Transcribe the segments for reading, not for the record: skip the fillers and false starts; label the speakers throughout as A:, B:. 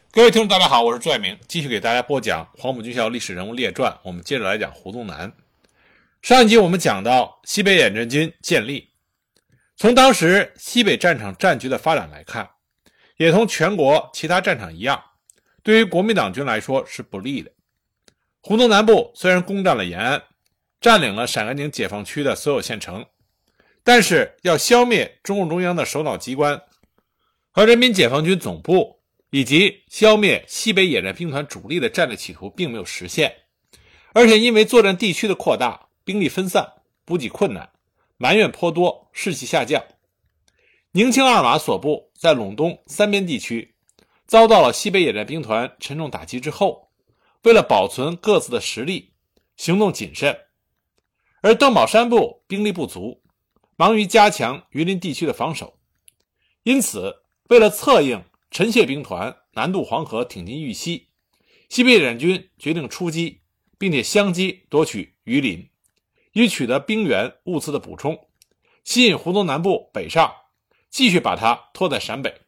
A: 各位听众大家好，我是朱爱明，继续给大家播讲黄埔军校历史人物列传。我们接着来讲胡宗南。上一集我们讲到西北野战军建立，从当时西北战场战局的发展来看，也同全国其他战场一样，对于国民党军来说是不利的。胡宗南部虽然攻占了延安，占领了陕甘宁解放区的所有县城，但是要消灭中共中央的首脑机关和人民解放军总部，以及消灭西北野战兵团主力的战略企图并没有实现，而且因为作战地区的扩大，兵力分散，补给困难，埋怨颇多，士气下降。宁青二马所部在陇东三边地区遭到了西北野战兵团沉重打击之后，为了保存各自的实力，行动谨慎。而邓宝山部兵力不足，忙于加强榆林地区的防守，因此为了策应陈谢兵团南渡黄河挺进豫西，西北野战军决定出击，并且相机夺取榆林，以取得兵源物资的补充，吸引胡宗南部北上，继续把它拖在陕北。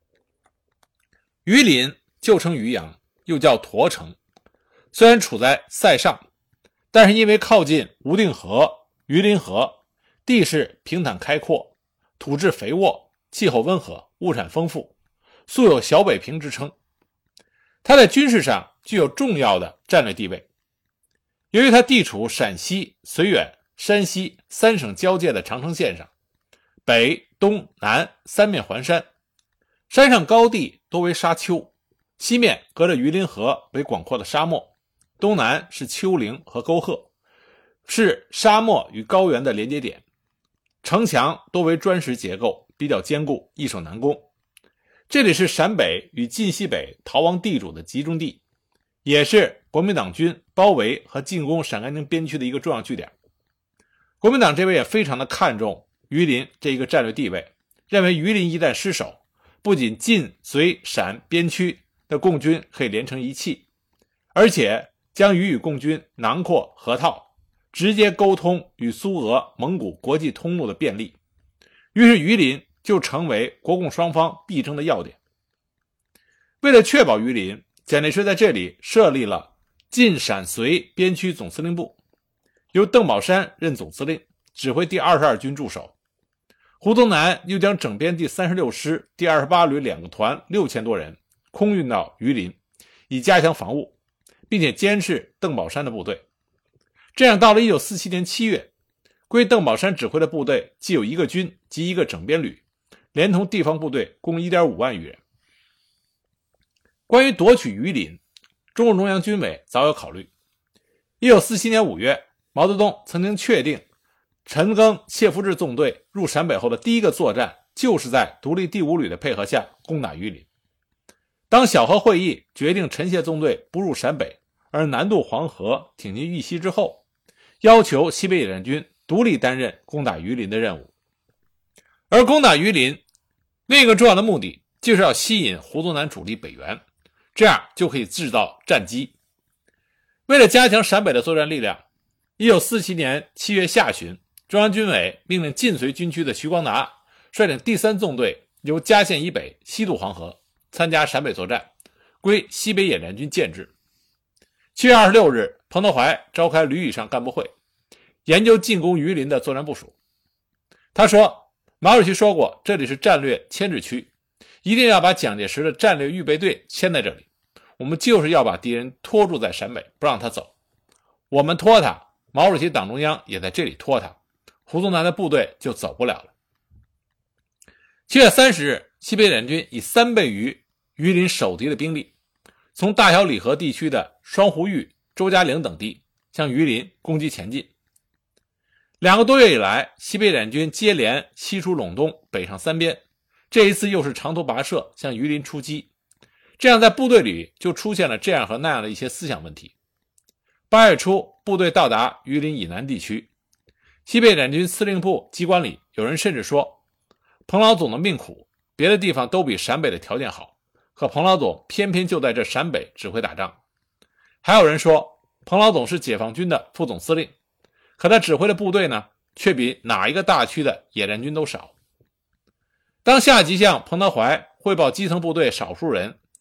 A: 榆林旧称渔阳，又叫驼城，虽然处在塞上，但是因为靠近无定河、榆林河，地势平坦开阔，土质肥沃，气候温和，物产丰富，素有小北平之称。它在军事上具有重要的战略地位。由于它地处陕西、绥远、山西三省交界的长城线上，北、东、南三面环山，山上高地多为沙丘，西面隔着榆林河为广阔的沙漠，东南是丘陵和沟壑，是沙漠与高原的连接点。城墙多为砖石结构，比较坚固，易守难攻。这里是陕北与晋西北逃亡地主的集中地，也是国民党军包围和进攻陕甘宁边区的一个重要据点。国民党这边也非常的看重榆林这一个战略地位，认为榆林一旦失守，不仅晋绥陕边区的共军可以连成一气，而且将予以共军囊括河套，直接沟通与苏俄、蒙古国际通路的便利。于是榆林就成为国共双方必争的要点。为了确保榆林，蒋介石在这里设立了晋陕绥边区总司令部，由邓宝山任总司令，指挥第22军驻守。胡宗南又将整编第36师、第28旅2个团6000多人空运到榆林，以加强防务，并且监视邓宝山的部队。这样到了1947年7月，归邓宝山指挥的部队既有1个军及1个整编旅，连同地方部队共 1.5 万余人。关于夺取榆林，中共中央军委早有考虑。1947年5月，毛泽东曾经确定陈赓、谢福志纵队入陕北后的第一个作战就是在独立第5旅的配合下攻打榆林。当小河会议决定陈谢纵队不入陕北，而南渡黄河挺进豫西之后，要求西北野战军独立担任攻打榆林的任务。而攻打榆林另一个重要的目的就是要吸引胡宗南主力北援，这样就可以制造战机。为了加强陕北的作战力量，1947年7月下旬，中央军委命令晋绥军区的徐光达率领第3纵队由嘉县以北西渡黄河，参加陕北作战，归西北野战军建制。7月26日，彭德怀召开旅以上干部会，研究进攻榆林的作战部署。他说，毛主席说过，这里是战略牵制区，一定要把蒋介石的战略预备队牵在这里，我们就是要把敌人拖住在陕北，不让他走。我们拖他，毛主席党中央也在这里拖他，胡宗南的部队就走不了了。7月30日，西北野战军以3倍于榆林守敌的兵力，从大小李河地区的双湖峪、周家岭等地向榆林攻击前进。2个多月以来，西北野战军接连西出陇东，北上三边，这一次又是长途跋涉向榆林出击，这样在部队里就出现了这样和那样的一些思想问题。8月初，部队到达榆林以南地区，西北野战军司令部机关里有人甚至说，彭老总的命苦，别的地方都比陕北的条件好，可彭老总偏偏就在这陕北指挥打仗。还有人说，彭老总是解放军的副总司令，可他指挥的部队呢，却比哪一个大区的野战军都少。当下级向彭德怀汇报基层部队少数人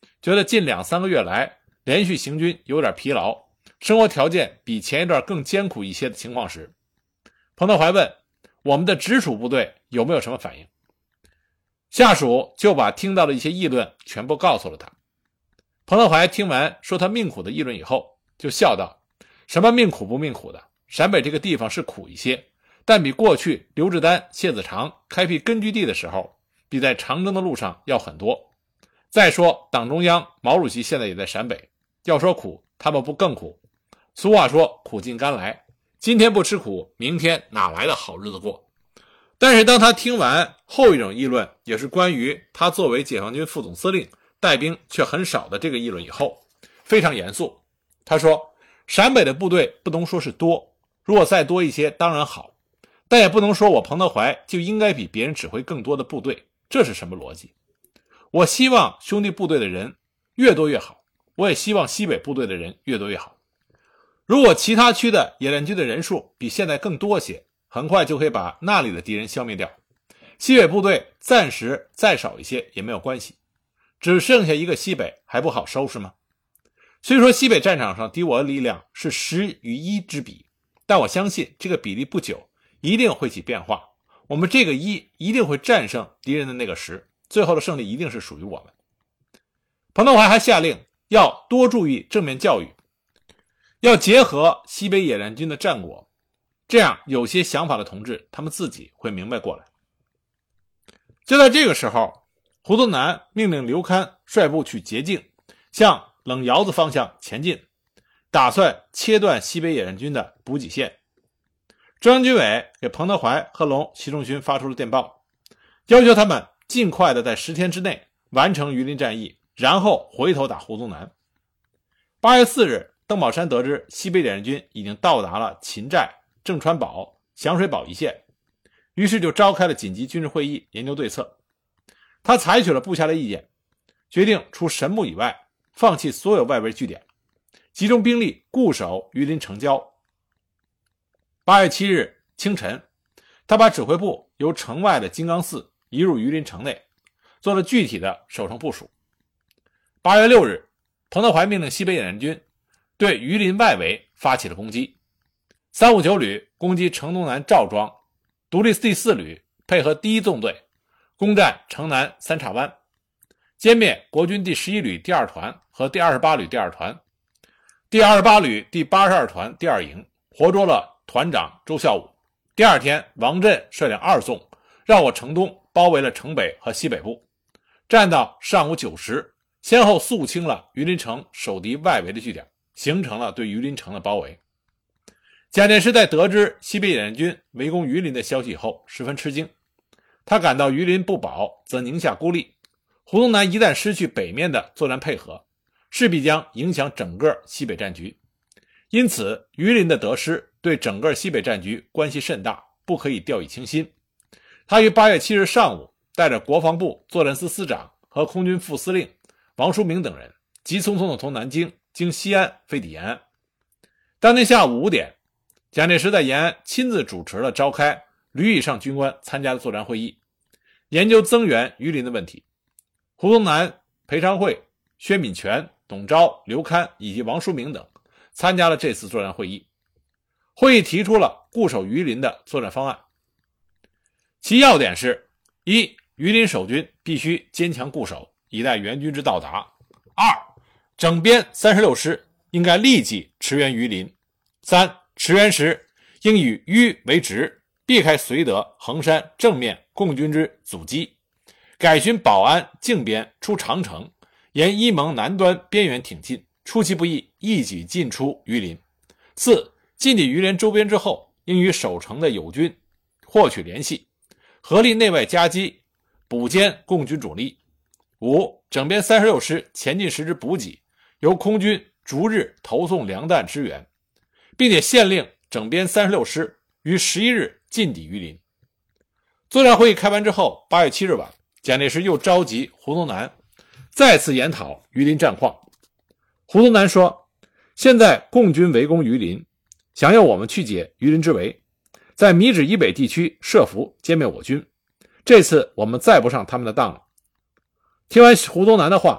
A: 觉得近2、3个月来连续行军有点疲劳，生活条件比前一段更艰苦一些的情况时，彭德怀问我们的直属部队有没有什么反应。下属就把听到的一些议论全部告诉了他。彭德怀听完说他命苦的议论以后，就笑道：什么命苦不命苦的，陕北这个地方是苦一些，但比过去刘志丹、谢子长开辟根据地的时候，比在长征的路上要很多。再说党中央毛主席现在也在陕北，要说苦，他们不更苦。俗话说苦尽甘来，今天不吃苦，明天哪来的好日子过。但是当他听完后一种议论，也是关于他作为解放军副总司令带兵却很少的这个议论以后，非常严肃。他说陕北的部队不能说是多，如果再多一些当然好，但也不能说我彭德怀就应该比别人指挥更多的部队，这是什么逻辑？我希望兄弟部队的人越多越好，我也希望西北部队的人越多越好。如果其他区的野战军的人数比现在更多些，很快就可以把那里的敌人消灭掉，西北部队暂时再少一些也没有关系，只剩下一个西北还不好收拾吗？虽说西北战场上敌我的力量是10与1之比，但我相信这个比例不久一定会起变化，我们这个1一定会战胜敌人的那个10，最后的胜利一定是属于我们。彭德怀还下令要多注意正面教育，要结合西北野战军的战果，这样有些想法的同志他们自己会明白过来。就在这个时候，胡宗南命令刘戡率部去捷径，向冷窑子方向前进，打算切断西北野战军的补给线。中央军委给彭德怀、贺龙、习仲勋发出了电报，要求他们尽快的在10天之内完成榆林战役，然后回头打胡宗南。8月4日，邓宝山得知西北野战军已经到达了秦寨、郑川堡、响水堡一线，于是就召开了紧急军事会议，研究对策。他采取了部下的意见，决定除神木以外放弃所有外围据点，集中兵力固守榆林城郊。8月7日清晨，他把指挥部由城外的金刚寺移入榆林城内，做了具体的守城部署。8月6日，彭德怀命令西北野战军对榆林外围发起了攻击。359旅攻击城东南赵庄，独立第4旅配合第1纵队攻占城南三岔湾，歼灭国军第11旅第2团和第28旅第2团，第28旅第82团第2营，活捉了团长周孝武。第二天，王震率领2纵绕过城东，包围了城北和西北部，战到上午9时，先后肃清了榆林城守敌外围的据点，形成了对榆林城的包围。蒋介石在得知西北野战军围攻榆林的消息以后十分吃惊，他感到榆林不保则宁夏孤立，胡宗南一旦失去北面的作战配合，势必将影响整个西北战局，因此榆林的得失对整个西北战局关系甚大，不可以掉以轻心。他于8月7日上午带着国防部作战司司长和空军副司令王书明等人急匆匆地从南京经西安飞抵延安。当天下午5点，蒋介石在延安亲自主持了召开旅以上军官参加的作战会议，研究增援榆林的问题。胡宗南、裴昌会、薛敏全、董钊、刘戡以及王书明等参加了这次作战会议。会议提出了固守榆林的作战方案，其要点是：一、榆林守军必须坚强固守，以待援军之到达；二、整编36师应该立即驰援榆林；三、驰援时应以迂为直，避开绥德、衡山正面共军之阻击，改循保安、靖边出长城，沿伊蒙南端边缘挺进，出其不意，一举进出榆林。四、进抵榆林周边之后，应与守城的友军获取联系，合力内外夹击，补歼共军主力。五、整编36师前进时之补给，由空军逐日投送粮弹支援，并且限令整编36师于11日进抵榆林。作战会议开完之后，8月7日晚，蒋介石又召集胡宗南再次研讨榆林战况。胡宗南说，现在共军围攻榆林，想要我们去解榆林之围，在米脂以北地区设伏歼灭我军，这次我们再不上他们的当了。听完胡宗南的话，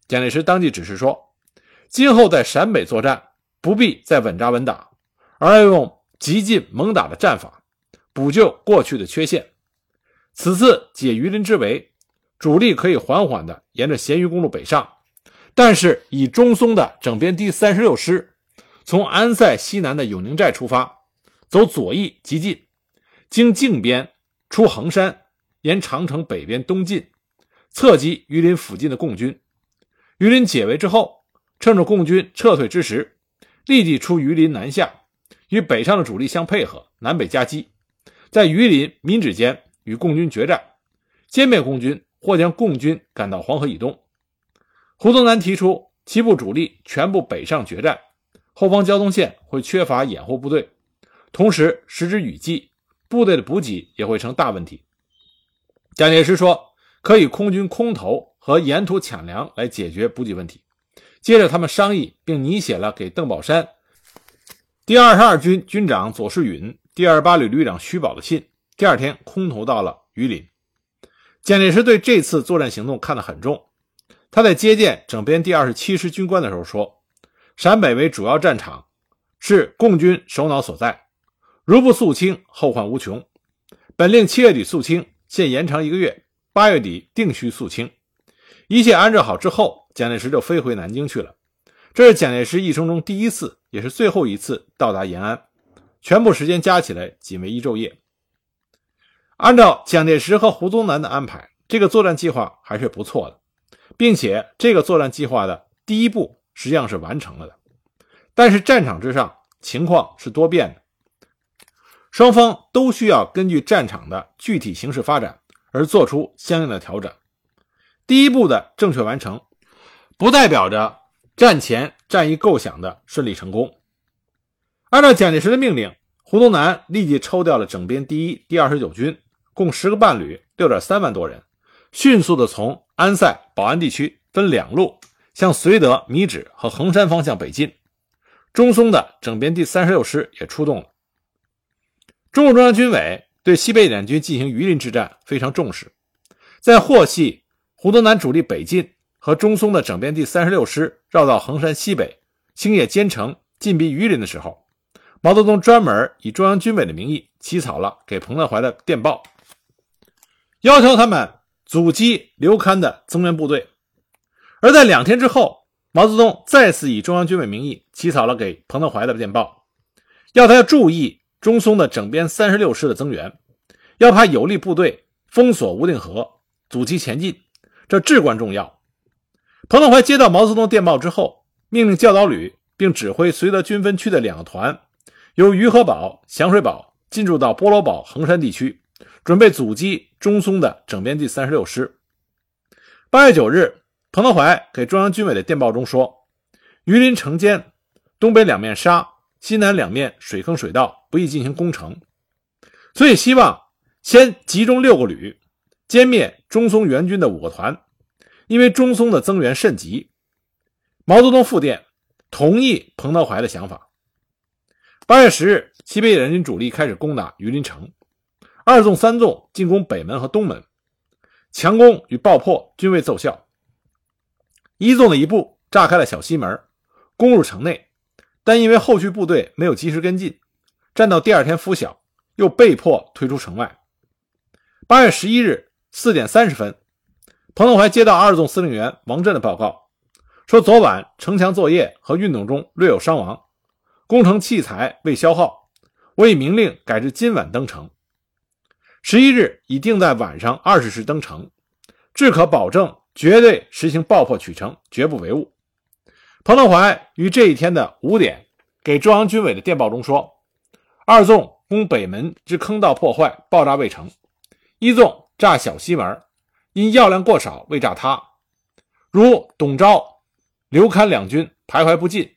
A: 蒋介石当即指示说，今后在陕北作战不必再稳扎稳打，而要用急进猛打的战法补救过去的缺陷。此次解榆林之围，主力可以缓缓地沿着咸鱼公路北上，但是以中松的整编第36师从安塞西南的永宁寨出发，走左翼急进，经靖边出衡山，沿长城北边东进，侧击榆林附近的共军。榆林解围之后，趁着共军撤退之时，立即出榆林南下，与北上的主力相配合，南北夹击，在榆林民止间与共军决战，歼灭共军或将共军赶到黄河以东。胡宗南提出其部主力全部北上决战，后方交通线会缺乏掩护部队，同时时值雨季，部队的补给也会成大问题。蒋介石说可以空军空投和沿途抢粮来解决补给问题。接着他们商议并拟写了给邓宝山、第22军军长左世允、第28旅旅长徐宝的信，第二天空投到了榆林。蒋介石对这次作战行动看得很重，他在接见整编第27师军官的时候说，陕北为主要战场，是共军首脑所在，如不肃清，后患无穷。本令7月底肃清，现延长1个月，8月底定须肃清。一切安置好之后，蒋介石就飞回南京去了。这是蒋介石一生中第一次，也是最后一次到达延安，全部时间加起来仅为1昼夜。按照蒋介石和胡宗南的安排，这个作战计划还是不错的，并且这个作战计划的第一步实际上是完成了的。但是战场之上情况是多变的，双方都需要根据战场的具体形势发展而做出相应的调整。第一步的正确完成，不代表着战前战役构想的顺利成功。按照蒋介石的命令，胡宗南立即抽调了整编第1、第29军，共10个半旅， 6.3万多人，迅速地从安塞、保安地区分两路向绥德、米脂和衡山方向北进。中松的整编第36师也出动了。中共中央军委对西北野军进行榆林之战非常重视，在获悉胡宗南主力北进和中松的整编第36师绕到衡山西北，星野兼程进逼榆林的时候，毛泽东专门以中央军委的名义起草了给彭德怀的电报，要求他们阻击刘戡的增援部队。而在2天之后，毛泽东再次以中央军委名义起草了给彭德怀的电报，要他要注意中松的整编36师的增援，要派有力部队封锁无定河，阻其前进，这至关重要。彭德怀接到毛泽东电报之后，命令教导旅并指挥绥德军分区的2个团，由于河堡、响水堡进驻到波罗堡、衡山地区，准备阻击中松的整编第36师。8月9日，彭德怀给中央军委的电报中说，榆林城坚，东北2面沙，西南2面水坑水道，不易进行攻城，所以希望先集中6个旅歼灭中松援军的5个团，因为中松的增援甚急。毛泽东复电同意彭德怀的想法。8月10日，西北野军主力开始攻打榆林城，2纵3纵进攻北门和东门，强攻与爆破均未奏效。1纵的一部炸开了小西门，攻入城内，但因为后续部队没有及时跟进，战到第二天拂晓，又被迫退出城外。8月11日4点30分，彭德怀接到2纵司令员王震的报告，说昨晚城墙作业和运动中略有伤亡，工程器材未消耗，我已明令改至今晚登城。11日已定在晚上20时登城，至可保证绝对实行爆破取城，绝不为误。彭德怀于这一天的5点给中央军委的电报中说，2纵攻北门之坑道破坏，爆炸未成，1纵炸小西门，因药量过少未炸塌，如董钊、刘戡两军徘徊不进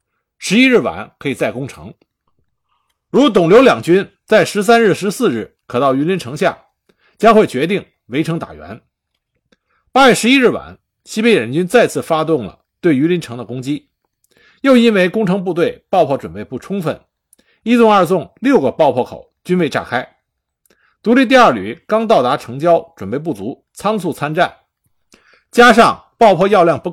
A: ，11日晚可以再攻城。如董刘两军在13日、14日可到榆林城下，将会决定围城打援。8月11日晚，西北野军再次发动了对榆林城的攻击，又因为攻城部队爆破准备不充分，1纵2纵6个爆破口均未炸开。独立第2旅刚到达城郊，准备不足，仓促参战，加上爆破药量不够，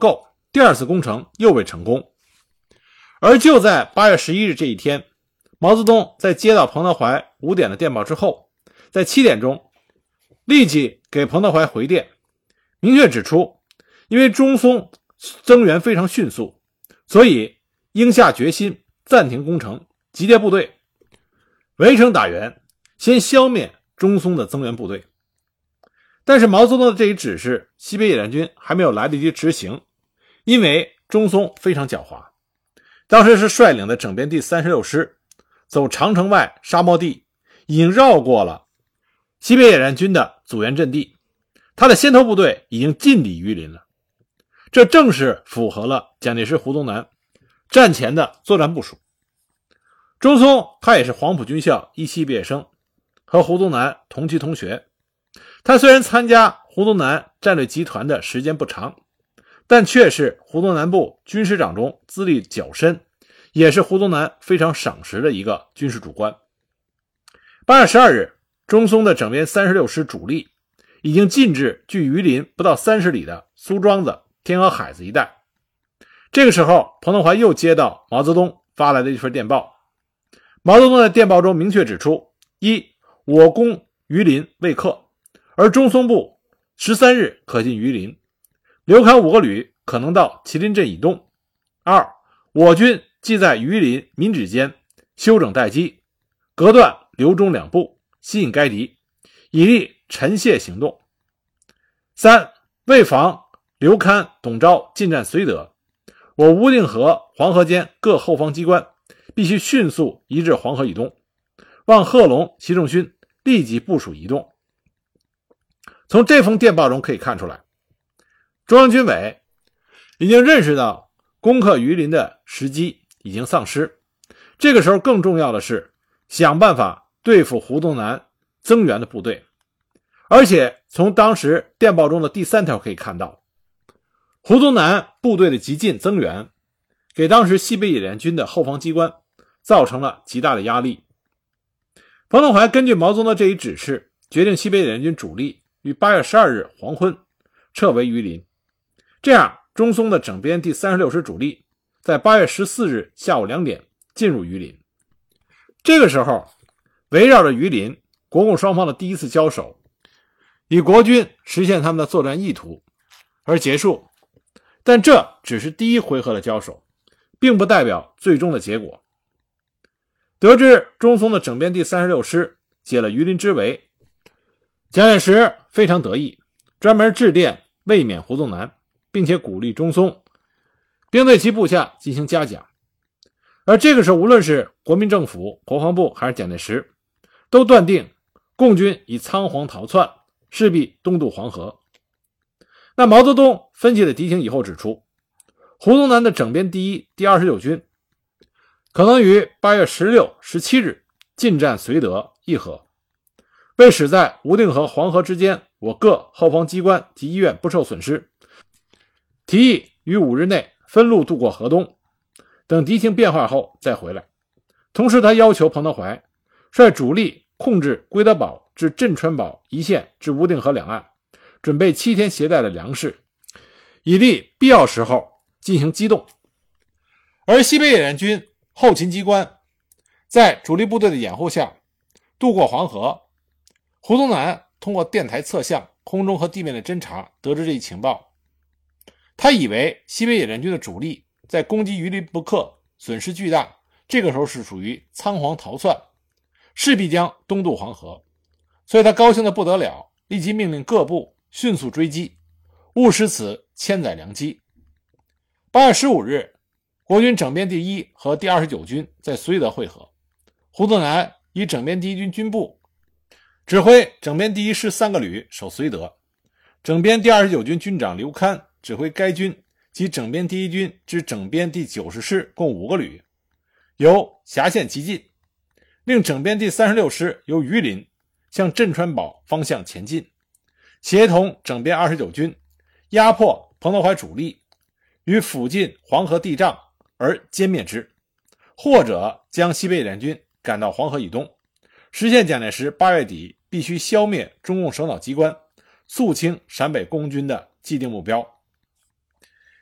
A: 第二次攻城又未成功。而就在8月11日这一天，毛泽东在接到彭德怀5点的电报之后，在7点钟立即给彭德怀回电，明确指出，因为中松增援非常迅速，所以应下决心暂停攻城，集结部队围城打援，先消灭中松的增援部队。但是毛泽东的这一指示，西北野战军还没有来得及执行，因为中松非常狡猾，当时是率领的整编第36师走长城外沙漠地，已经绕过了西北野战军的阻援阵地，他的先头部队已经进抵榆林了。这正是符合了蒋介石、胡宗南战前的作战部署。中松他也是黄埔军校一期毕业生，和胡宗南同期同学。他虽然参加胡宗南战略集团的时间不长，但却是胡宗南部军师长中资历较深，也是胡宗南非常赏识的一个军事主官。8月12日，中松的整编36师主力已经进至距榆林不到30里的苏庄子、天鹅海子一带。这个时候，彭德怀又接到毛泽东发来的一份电报。毛泽东在电报中明确指出：一、我攻榆林未克，而中松部13日可进榆林，刘戡5个旅可能到麒麟镇以东。二、我军即在榆林民止间休整待机，隔断刘中两部，吸引该敌，以利陈谢行动。三、为防刘戡、董钊进占绥德，我吴定河、黄河间各后方机关必须迅速移至黄河以东，望贺龙、习仲勋立即部署移动。从这封电报中可以看出来，中央军委已经认识到攻克榆林的时机已经丧失，这个时候更重要的是想办法对付胡宗南增援的部队。而且从当时电报中的第3条可以看到，胡宗南部队的急进增援给当时西北野战军的后方机关造成了极大的压力。彭德怀根据毛泽东的这一指示，决定西北野战军主力于8月12日黄昏撤回榆林，这样中松的整编第36师主力在8月14日下午2点进入榆林。这个时候，围绕着榆林，国共双方的第一次交手以国军实现他们的作战意图而结束，但这只是第一回合的交手，并不代表最终的结果。得知中松的整编第36师解了榆林之围，蒋介石非常得意，专门致电慰勉胡宗南，并且鼓励中松并对其部下进行嘉奖。而这个时候，无论是国民政府、国防部还是蒋介石，都断定共军已仓皇逃窜，势必东渡黄河。那毛泽东分析了敌情以后指出，胡宗南的整编第一、第29军可能于8月16、17日进占绥德、义和，为使在吴定河、黄河之间我各后方机关及医院不受损失，提议于5日内分路渡过河东，等敌情变化后再回来。同时他要求彭德怀率主力控制归德堡至镇川堡一线至吴定河两岸，准备7天携带的粮食，以利必要时候进行机动。而西北野战军后勤机关在主力部队的掩护下渡过黄河。胡宗南通过电台测向、空中和地面的侦察得知这一情报，他以为西北野战军的主力在攻击榆林不克，损失巨大，这个时候是属于仓皇逃窜，势必将东渡黄河，所以他高兴得不得了，立即命令各部迅速追击，务使此千载良机。8月15日，国军整编第1和第29军在绥德会合，胡宗南以整编第1军军部指挥整编第1师3个旅守绥德，整编第29军军长刘戡指挥该军及整编第1军之整编第90师共5个旅，由峡县急进，令整编第36师由榆林向镇川堡方向前进，协同整编29军压迫彭德怀主力于附近黄河地障而歼灭之，或者将西北野战军赶到黄河以东，实现蒋介石8月底必须消灭中共首脑机关，肃清陕北共军的既定目标。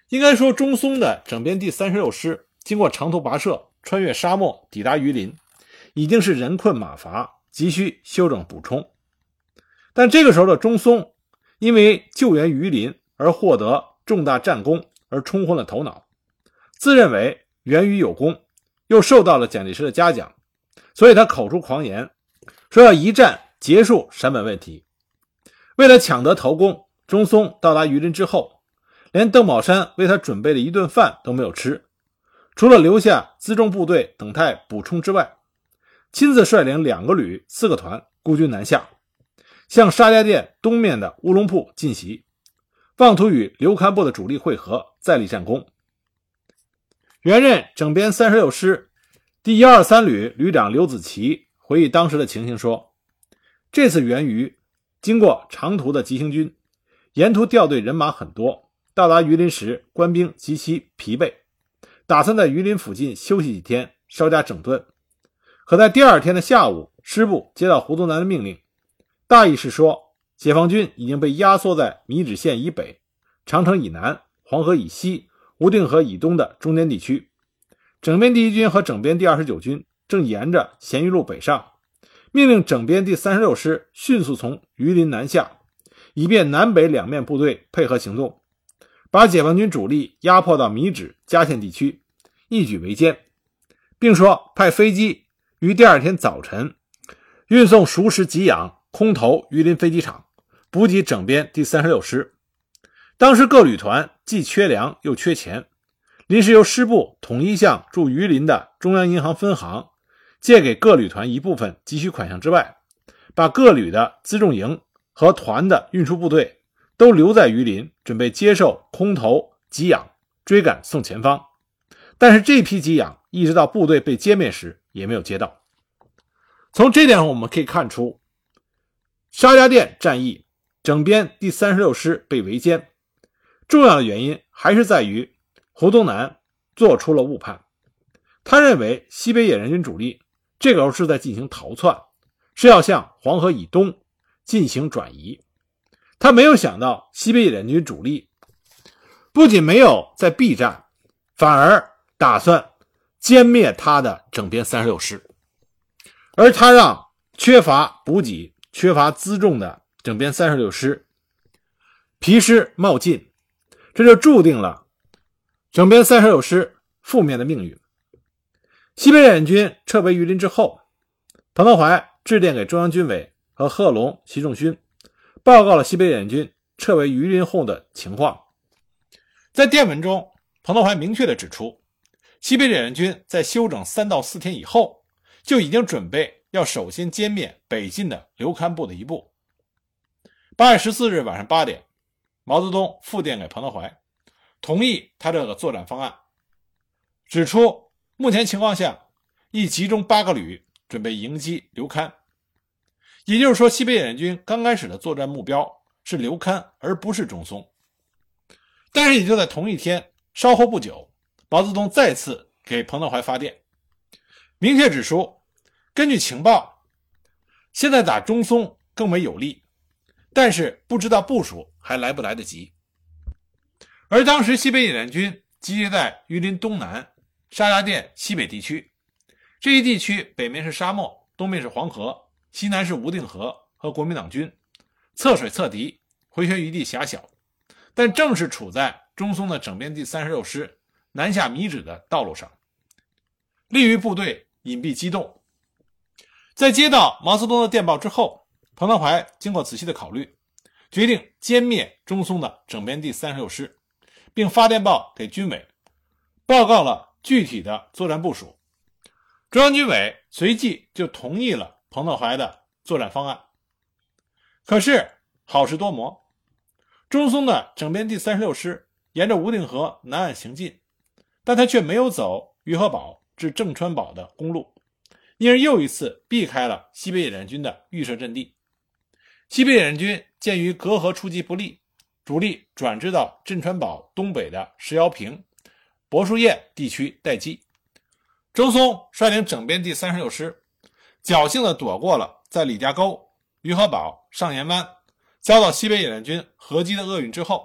A: 应该说，中松的整编第36师经过长途跋涉，穿越沙漠，抵达榆林，已经是人困马乏，急需休整补充。但这个时候的中松，因为救援榆林而获得重大战功而冲昏了头脑，自认为源于有功，又受到了蒋介石的嘉奖，所以他口出狂言，说要一战结束陕本问题。为了抢得头功，中松到达榆林之后，连邓宝山为他准备的一顿饭都没有吃，除了留下辎重部队等待补充之外，亲自率领2个旅4个团孤军南下，向沙家店东面的乌龙铺进袭，妄图与刘堪部的主力会合，再立战功。原任整编36师第123旅旅长刘子奇回忆当时的情形说，这次援榆经过长途的急行军，沿途调队人马很多，到达榆林时官兵极其疲惫，打算在榆林附近休息几天，稍加整顿。可在第2天的下午，师部接到胡宗南的命令，大意是说解放军已经被压缩在米脂县以北、长城以南、黄河以西、无定河以东的中间地区，整编第1军和整编第29军正沿着咸鱼路北上，命令整编第36师迅速从榆林南下，以便南北2面部队配合行动，把解放军主力压迫到米脂、嘉县地区，一举围歼，并说派飞机于第2天早晨运送熟食给养，空投榆林飞机场，补给整编第36师。当时各旅团既缺粮又缺钱，临时由师部统一向驻榆林的中央银行分行借给各旅团一部分急需款项之外，把各旅的辎重营和团的运输部队都留在榆林，准备接受空投给养，追赶送前方。但是这批给养一直到部队被歼灭时也没有接到。从这点上我们可以看出，沙家店战役整编第36师被围歼，重要的原因还是在于胡宗南做出了误判。他认为西北野战军主力这个时候是在进行逃窜，是要向黄河以东进行转移。他没有想到西北野战军主力不仅没有在避战，反而打算歼灭他的整编36师，而他让缺乏补给、缺乏辎重的整编36师疲师冒进，这就注定了整编36师负面的命运。西北野战军撤回榆林之后，彭德怀致电给中央军委和贺龙、习仲勋，报告了西北野战军撤回榆林后的情况。在电文中，彭德怀明确地指出，西北野战军在休整3到4天以后，就已经准备要首先歼灭北进的刘堪部的一部。8月14日晚上8点，毛泽东复电给彭德怀，同意他这个作战方案，指出目前情况下已集中8个旅准备迎击刘堪。也就是说，西北野战军刚开始的作战目标是刘堪，而不是中松。但是也就在同一天，稍后不久，毛泽东再次给彭德怀发电，明确指出，根据情报，现在打中松更为有利，但是不知道部署还来不来得及。而当时西北野战军集结在榆林东南、沙家店西北地区，这一地区北面是沙漠，东面是黄河，西南是无定河和国民党军，侧水侧敌，回旋余地狭小，但正是处在中松的整编第36师南下米脂的道路上，利于部队隐蔽机动。在接到毛泽东的电报之后，彭德怀经过仔细的考虑，决定歼灭中松的整编第36师，并发电报给军委，报告了具体的作战部署。中央军委随即就同意了彭德怀的作战方案。可是好事多磨，中松的整编第36师沿着无定河南岸行进，但他却没有走于河堡至正川堡的公路，因而又一次避开了西北野战军的预设阵地。西北野战军鉴于隔河出击不利，主力转至到镇川堡东北的石窑坪、柏树堰地区待机。中松率领整编第36师侥幸地躲过了在李家沟、于河堡、上岩湾遭到西北野战军合击的厄运之后，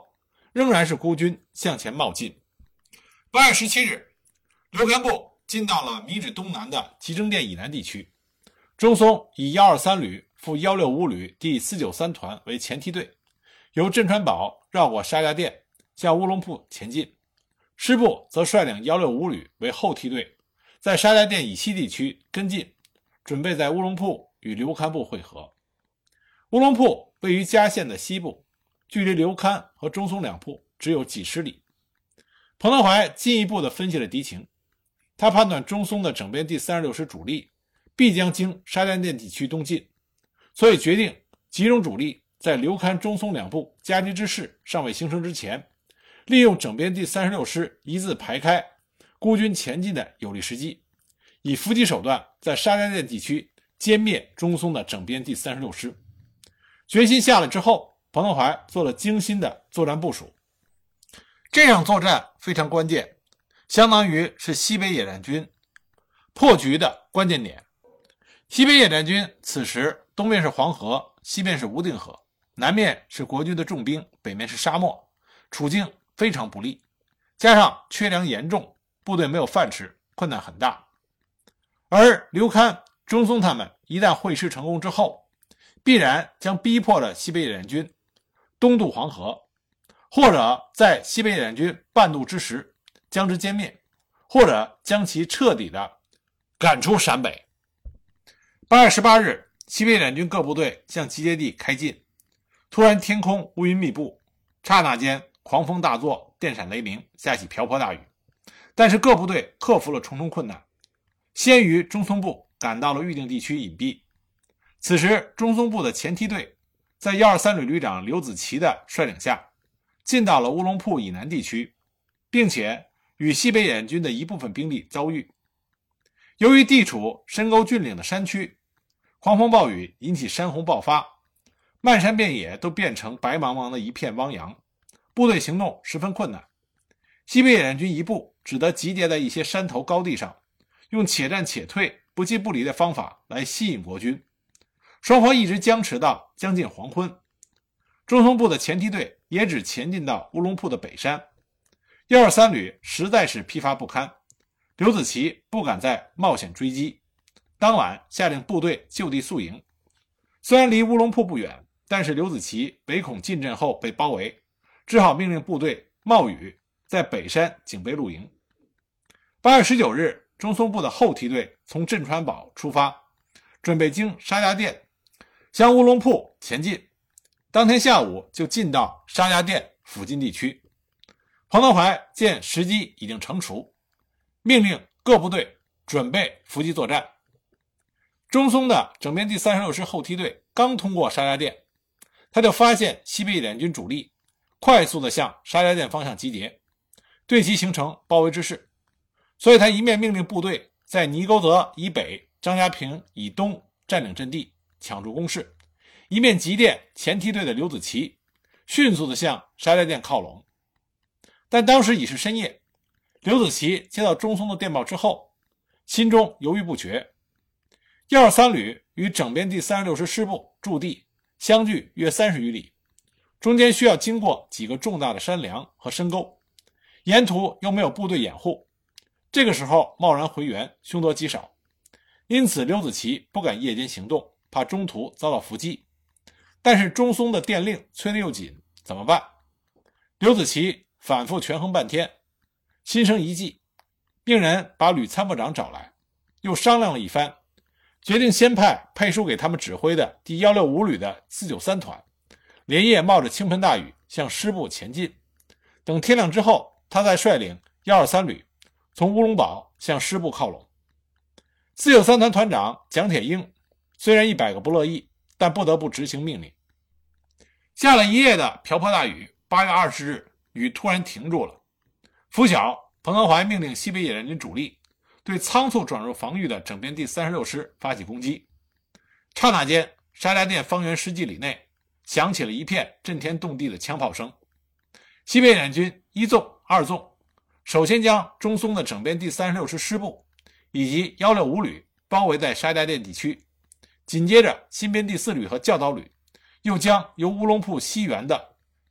A: 仍然是孤军向前冒进。8月17日，刘堪部进到了米脂东南的集成店以南地区，中松以123旅赴165旅第493团为前梯队，由镇川堡绕过沙家店向乌龙铺前进。师部则率领165旅为后梯队，在沙家店以西地区跟进，准备在乌龙铺与刘堪部会合。乌龙铺位于嘉县的西部，距离刘堪和中松两铺只有几十里。彭德怀进一步地分析了敌情，他判断中松的整编第36师主力必将经沙家店地区东进，所以决定集中主力在刘堪、中松两部夹击之势尚未形成之前，利用整编第36师一字排开孤军前进的有利时机，以伏击手段在沙家店地区歼灭中松的整编第36师。决心下来之后，彭德怀做了精心的作战部署。这场作战非常关键，相当于是西北野战军破局的关键点。西北野战军此时东面是黄河，西面是无定河，南面是国军的重兵，北面是沙漠，处境非常不利，加上缺粮严重，部队没有饭吃，困难很大。而刘堪、中松他们一旦会师成功之后，必然将逼迫着西北野战军东渡黄河，或者在西北野战军半渡之时将之歼灭，或者将其彻底的赶出陕北。8月18日，西北野战军各部队向集结地开进，突然天空乌云密布，刹那间狂风大作，电闪雷鸣，下起瓢泼大雨。但是各部队克服了重重困难，先于中松部赶到了预定地区隐蔽。此时中松部的前梯队在123旅旅长刘子奇的率领下进到了乌龙铺以南地区，并且与西北野战军的一部分兵力遭遇。由于地处深沟峻岭的山区，狂风暴雨引起山洪爆发，漫山遍野都变成白茫茫的一片汪洋，部队行动十分困难。西北野战军一部只得集结在一些山头高地上，用且战且退、不弃不离的方法来吸引国军。双方一直僵持到将近黄昏，中松部的前梯队也只前进到乌龙铺的北山。123旅实在是疲乏不堪，刘子奇不敢再冒险追击，当晚下令部队就地宿营。虽然离乌龙铺不远，但是刘子奇唯恐进阵后被包围，只好命令部队冒雨在北山警备露营。8月19日，中松部的后梯队从镇川堡出发，准备经沙家店向乌龙铺前进，当天下午就进到沙家店附近地区。彭德怀见时机已经成熟，命令各部队准备伏击作战。中松的整编第36师后梯队刚通过沙家店，他就发现西北野战军主力快速地向沙家店方向集结，对其形成包围之势，所以他一面命令部队在泥沟泽以北、张家坪以东占领阵地，抢住攻势，一面急电前梯队的刘子奇迅速地向沙家店靠拢。但当时已是深夜，刘子奇接到中松的电报之后，心中犹豫不决。123旅与整编第36师师部驻地相距约30余里，中间需要经过几个重大的山梁和深沟，沿途又没有部队掩护，这个时候贸然回援凶多吉少，因此刘子奇不敢夜间行动，怕中途遭到伏击。但是中松的电令催得又紧，怎么办？刘子奇反复权衡半天，心生一计，命人把旅参谋长找来，又商量了一番，决定先派配书给他们指挥的第165旅的493团连夜冒着倾盆大雨向师部前进，等天亮之后，他再率领123旅从乌龙堡向师部靠拢。493团团长蒋铁英虽然100个不乐意，但不得不执行命令。下了一夜的瓢泼大雨，8月20日雨突然停住了。拂晓，彭德怀命令西北野战军主力对仓促转入防御的整编第36师发起攻击。刹那间，沙家店方圆10几里内响起了一片震天动地的枪炮声。西北野战军一纵、二纵，首先将中松的整编第36师师部以及165旅包围在沙家店地区，紧接着新编第4旅和教导旅又将由乌龙铺西援的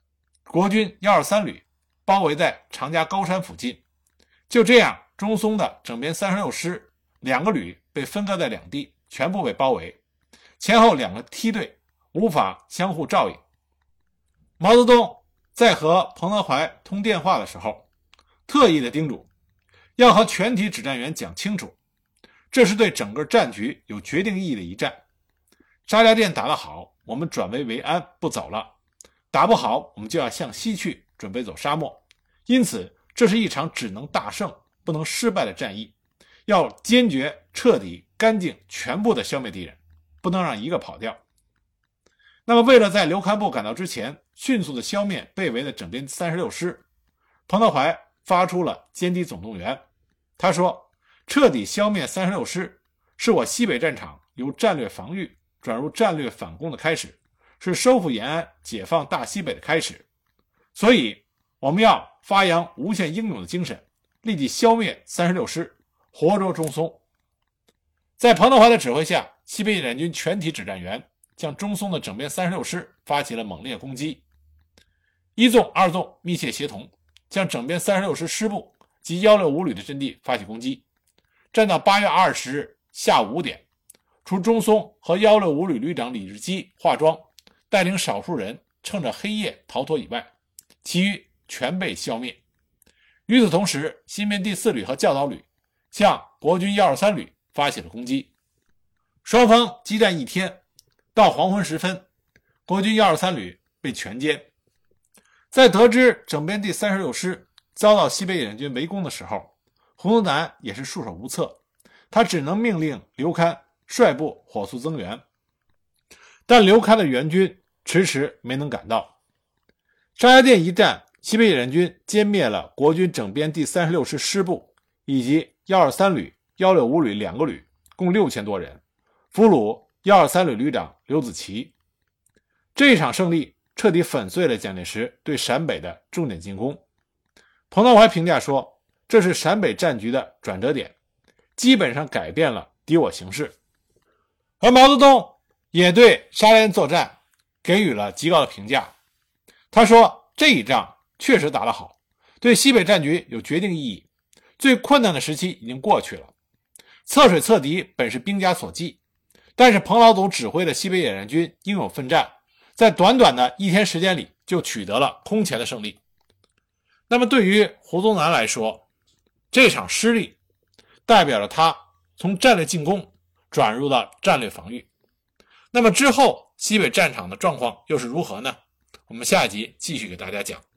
A: 国军123旅包围在长家高山附近。就这样，中松的整编36师2个旅被分割在两地，全部被包围，前后2个梯队无法相互照应。毛泽东在和彭德怀通电话的时候，特意的叮嘱要和全体指战员讲清楚，这是对整个战局有决定意义的一战。沙家店打得好，我们转危为安，不走了；打不好，我们就要向西去，准备走沙漠。因此，这是一场只能大胜不能失败的战役，要坚决彻底干净全部的消灭敌人，不能让一个跑掉。那么为了在刘堪布赶到之前迅速的消灭被围的整编36师，彭德怀发出了歼敌总动员。他说，彻底消灭36师是我西北战场由战略防御转入战略反攻的开始，是收复延安解放大西北的开始。所以我们要发扬无限英勇的精神，立即消灭36师，活捉中松。在彭德怀的指挥下，西北野战军全体指战员向中松的整编36师发起了猛烈攻击。一纵、二纵密切协同，向整编36师师部及165旅的阵地发起攻击。战到8月20日下午5点，除中松和165旅旅长李日基、华庄带领少数人趁着黑夜逃脱以外，其余全被消灭。与此同时，新编第4旅和教导旅向国军123旅发起了攻击。双方激战一天，到黄昏时分，国军123旅被全歼。在得知整编第36师遭到西北野战军围攻的时候，胡宗南也是束手无策，他只能命令刘戡率部火速增援，但刘戡的援军迟迟没能赶到。沙家店一战，西北野战军歼灭了国军整编第36师师部以及123旅、165旅2个旅，共6000多人，俘虏123旅旅长刘子奇。这一场胜利彻底粉碎了蒋介石对陕北的重点进攻。彭德怀评价说，这是陕北战局的转折点，基本上改变了敌我形势。而毛泽东也对沙家店作战给予了极高的评价。他说，这一仗确实打得好，对西北战局有决定意义，最困难的时期已经过去了。侧水侧敌本是兵家所忌，但是彭老总指挥的西北野战军英勇奋战，在短短的1天时间里就取得了空前的胜利。那么对于胡宗南来说，这场失利代表了他从战略进攻转入了战略防御。那么之后西北战场的状况又是如何呢？我们下一集继续给大家讲。